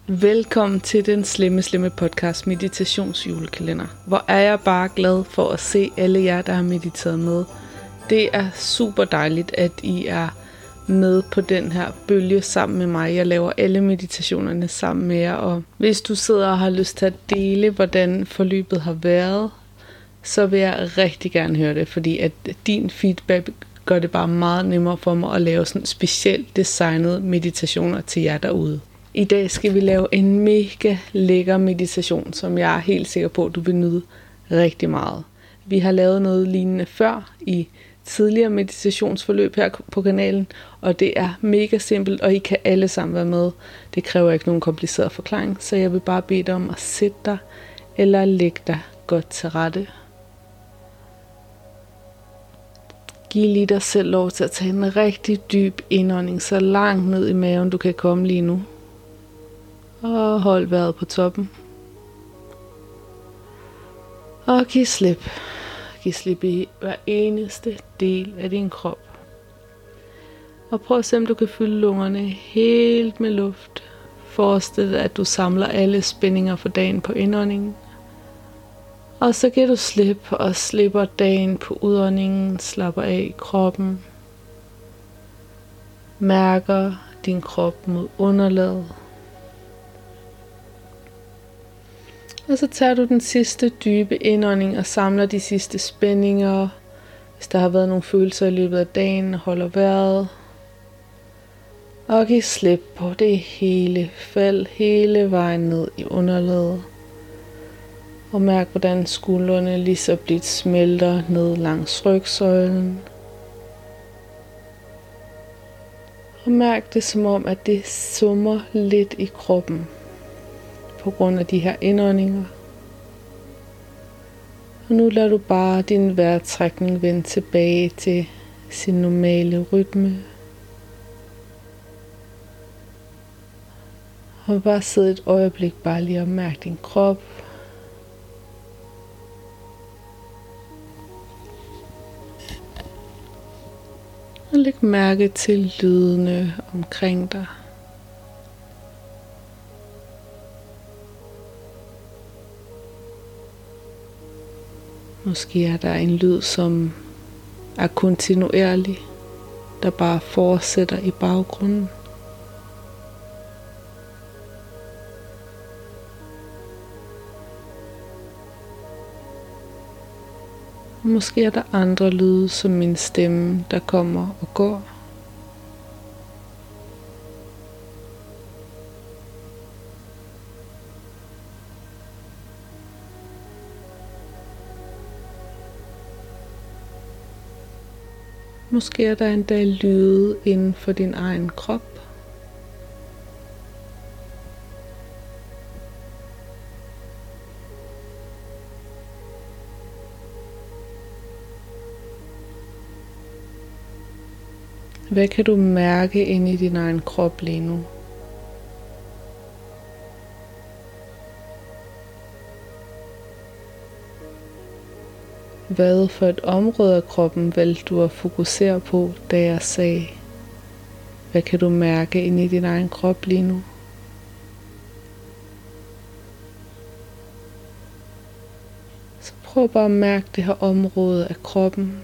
Velkommen til den slemme podcast meditationsjulekalender. Hvor er jeg bare glad for at se alle jer, der har mediteret med. Det er super dejligt, at I er med på den her bølge sammen med mig. Jeg laver alle meditationerne sammen med jer, og hvis du sidder og har lyst til at dele, hvordan forløbet har været, så vil jeg rigtig gerne høre det, fordi at din feedback gør det bare meget nemmere for mig at lave sådan specielt designede meditationer til jer derude. I dag skal vi lave en mega lækker meditation, som jeg er helt sikker på, at du vil nyde rigtig meget. Vi har lavet noget lignende før i tidligere meditationsforløb her på kanalen, og det er mega simpelt, og I kan alle sammen være med. Det kræver ikke nogen kompliceret forklaring, så jeg vil bare bede dig om at sætte dig eller lægge dig godt til rette. Giv lige dig selv lov til at tage en rigtig dyb indånding, så langt ned i maven du kan komme lige nu. Og hold vejret på toppen. Og giv slip. Giv slip i hver eneste del af din krop. Og prøv at se, om du kan fylde lungerne helt med luft. Forestil dig, at du samler alle spændinger for dagen på indåndingen. Og så giver du slip og slipper dagen på udåndingen. Slapper af i kroppen. Mærker din krop mod underlaget. Og så tager du den sidste dybe indånding og samler de sidste spændinger. Hvis der har været nogle følelser i løbet af dagen, holder vejret. Og giv slip på det hele. Fald hele vejen ned i underlaget. Og mærk, hvordan skuldrene lige så blidt smelter ned langs rygsøjlen. Og mærk det som om, at det summer lidt i kroppen. På grund af de her indåndinger. Og nu lader du bare din vejrtrækning vende tilbage til sin normale rytme. Og bare sidde et øjeblik bare lige og mærke din krop. Og læg mærke til lydene omkring dig. Måske er der en lyd, som er kontinuerlig, der bare fortsætter i baggrunden. Måske er der andre lyde, som min stemme, der kommer og går. Måske er der endda lyde inden for din egen krop. Hvad kan du mærke inde i din egen krop lige nu? Hvad for et område af kroppen valgte du at fokusere på, da jeg sagde, hvad kan du mærke inde i din egen krop lige nu? Så prøv bare at mærke det her område af kroppen.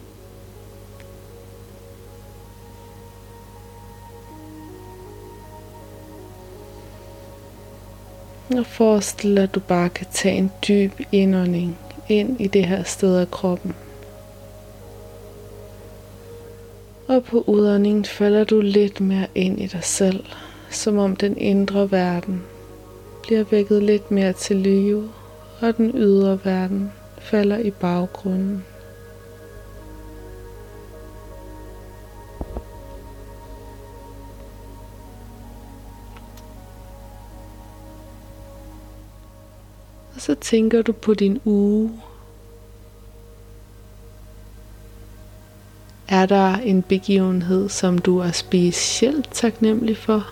Og forestil dig, at du bare kan tage en dyb indånding ind i det her sted af kroppen. Og på udåndingen falder du lidt mere ind i dig selv, som om den indre verden bliver vækket lidt mere til live, og den ydre verden falder i baggrunden. Og så tænker du på din uge. Er der en begivenhed, som du er specielt taknemmelig for?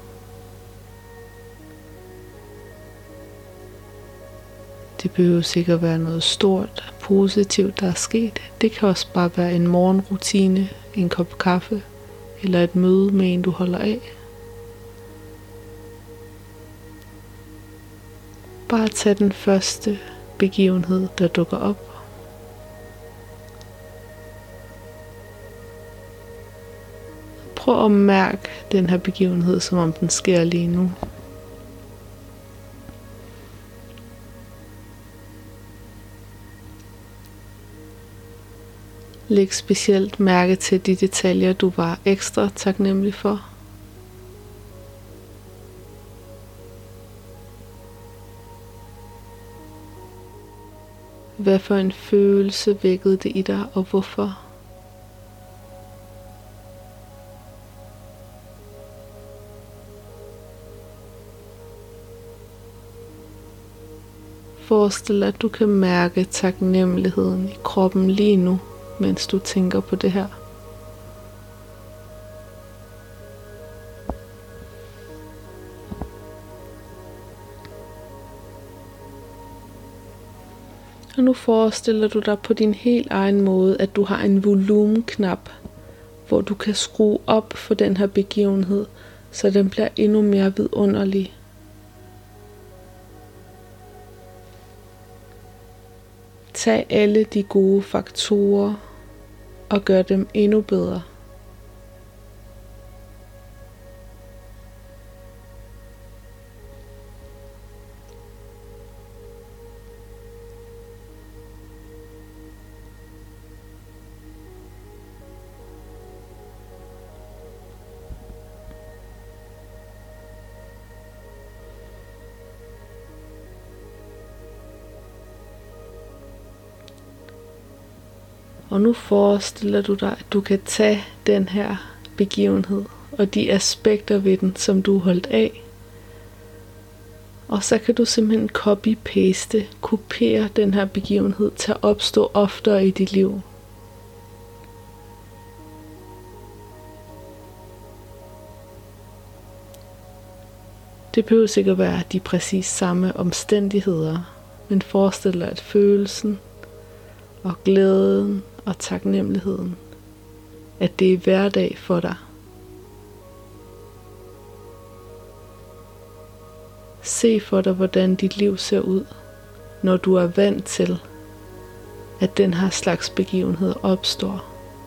Det behøver sikkert være noget stort, positivt, der er sket. Det kan også bare være en morgenrutine, en kop kaffe eller et møde med en, du holder af. Bare tag den første begivenhed, der dukker op. Prøv at mærke den her begivenhed, som om den sker lige nu. Læg specielt mærke til de detaljer, du var ekstra taknemmelig for. Hvad for en følelse vækkede det i dig, og hvorfor? Forestil dig, at du kan mærke taknemmeligheden i kroppen lige nu, mens du tænker på det her. Og nu forestiller du dig på din helt egen måde, at du har en volumenknap, hvor du kan skrue op for den her begivenhed, så den bliver endnu mere vidunderlig. Tag alle de gode faktorer og gør dem endnu bedre. Og nu forestiller du dig, at du kan tage den her begivenhed og de aspekter ved den, som du holdt af. Og så kan du simpelthen copy-paste, kopiere den her begivenhed til at opstå oftere i dit liv. Det behøver sikkert være de præcis samme omstændigheder, men forestil dig, at følelsen og glæden og taknemmeligheden, at det er hverdag for dig. Se for dig, hvordan dit liv ser ud, når du er vant til, at den her slags begivenheder opstår.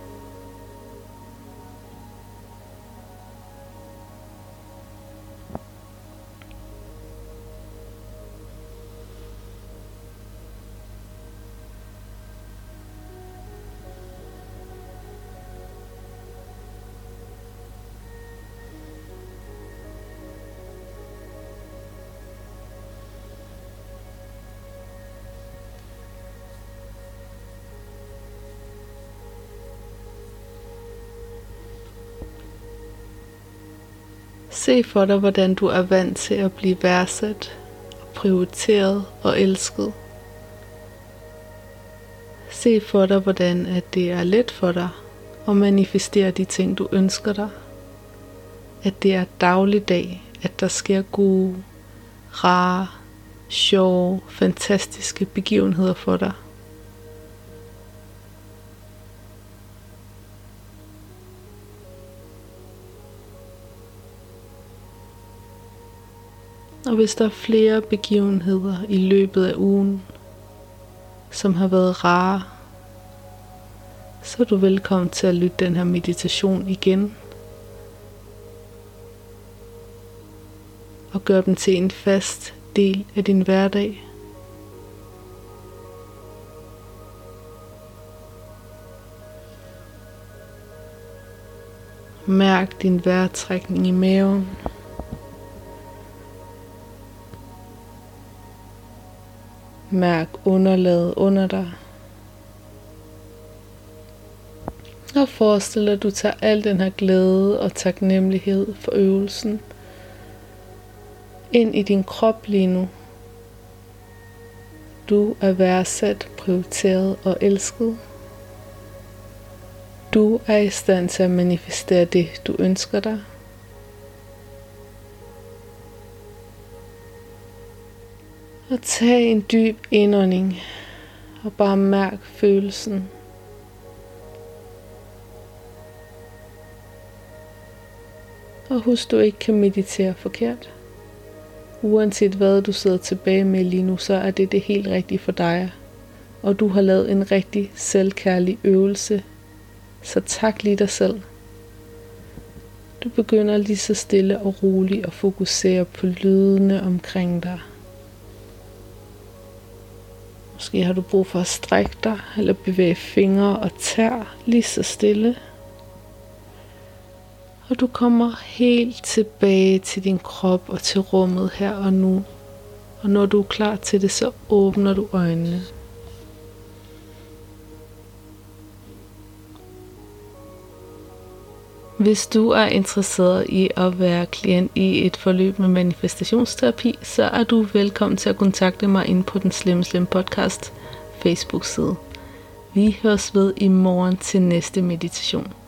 Se for dig, hvordan du er vant til at blive værdsat, prioriteret og elsket. Se for dig, hvordan at det er let for dig at manifestere de ting, du ønsker dig. At det er dagligdag, at der sker gode, rare, sjove, fantastiske begivenheder for dig. Og hvis der er flere begivenheder i løbet af ugen, som har været rare, så er du velkommen til at lytte den her meditation igen. Og gør dem til en fast del af din hverdag. Mærk din vejrtrækning i maven. Mærk underlaget under dig. Og forestil dig, at du tager al den her glæde og taknemmelighed for øvelsen ind i din krop lige nu. Du er værdsat, prioriteret og elsket. Du er i stand til at manifestere det, du ønsker dig. Og tag en dyb indånding og bare mærk følelsen. Og husk, du ikke kan meditere forkert. Uanset hvad du sidder tilbage med lige nu, så er det helt rigtige for dig. Og du har lavet en rigtig selvkærlig øvelse. Så tak lige dig selv. Du begynder lige så stille og roligt at fokusere på lydene omkring dig. Måske har du brug for at strække dig, eller bevæge fingre og tær lige så stille. Og du kommer helt tilbage til din krop og til rummet her og nu. Og når du er klar til det, så åbner du øjnene. Hvis du er interesseret i at være klient i et forløb med manifestationsterapi, så er du velkommen til at kontakte mig inde på den Slemme podcast Facebook-side. Vi høres ved i morgen til næste meditation.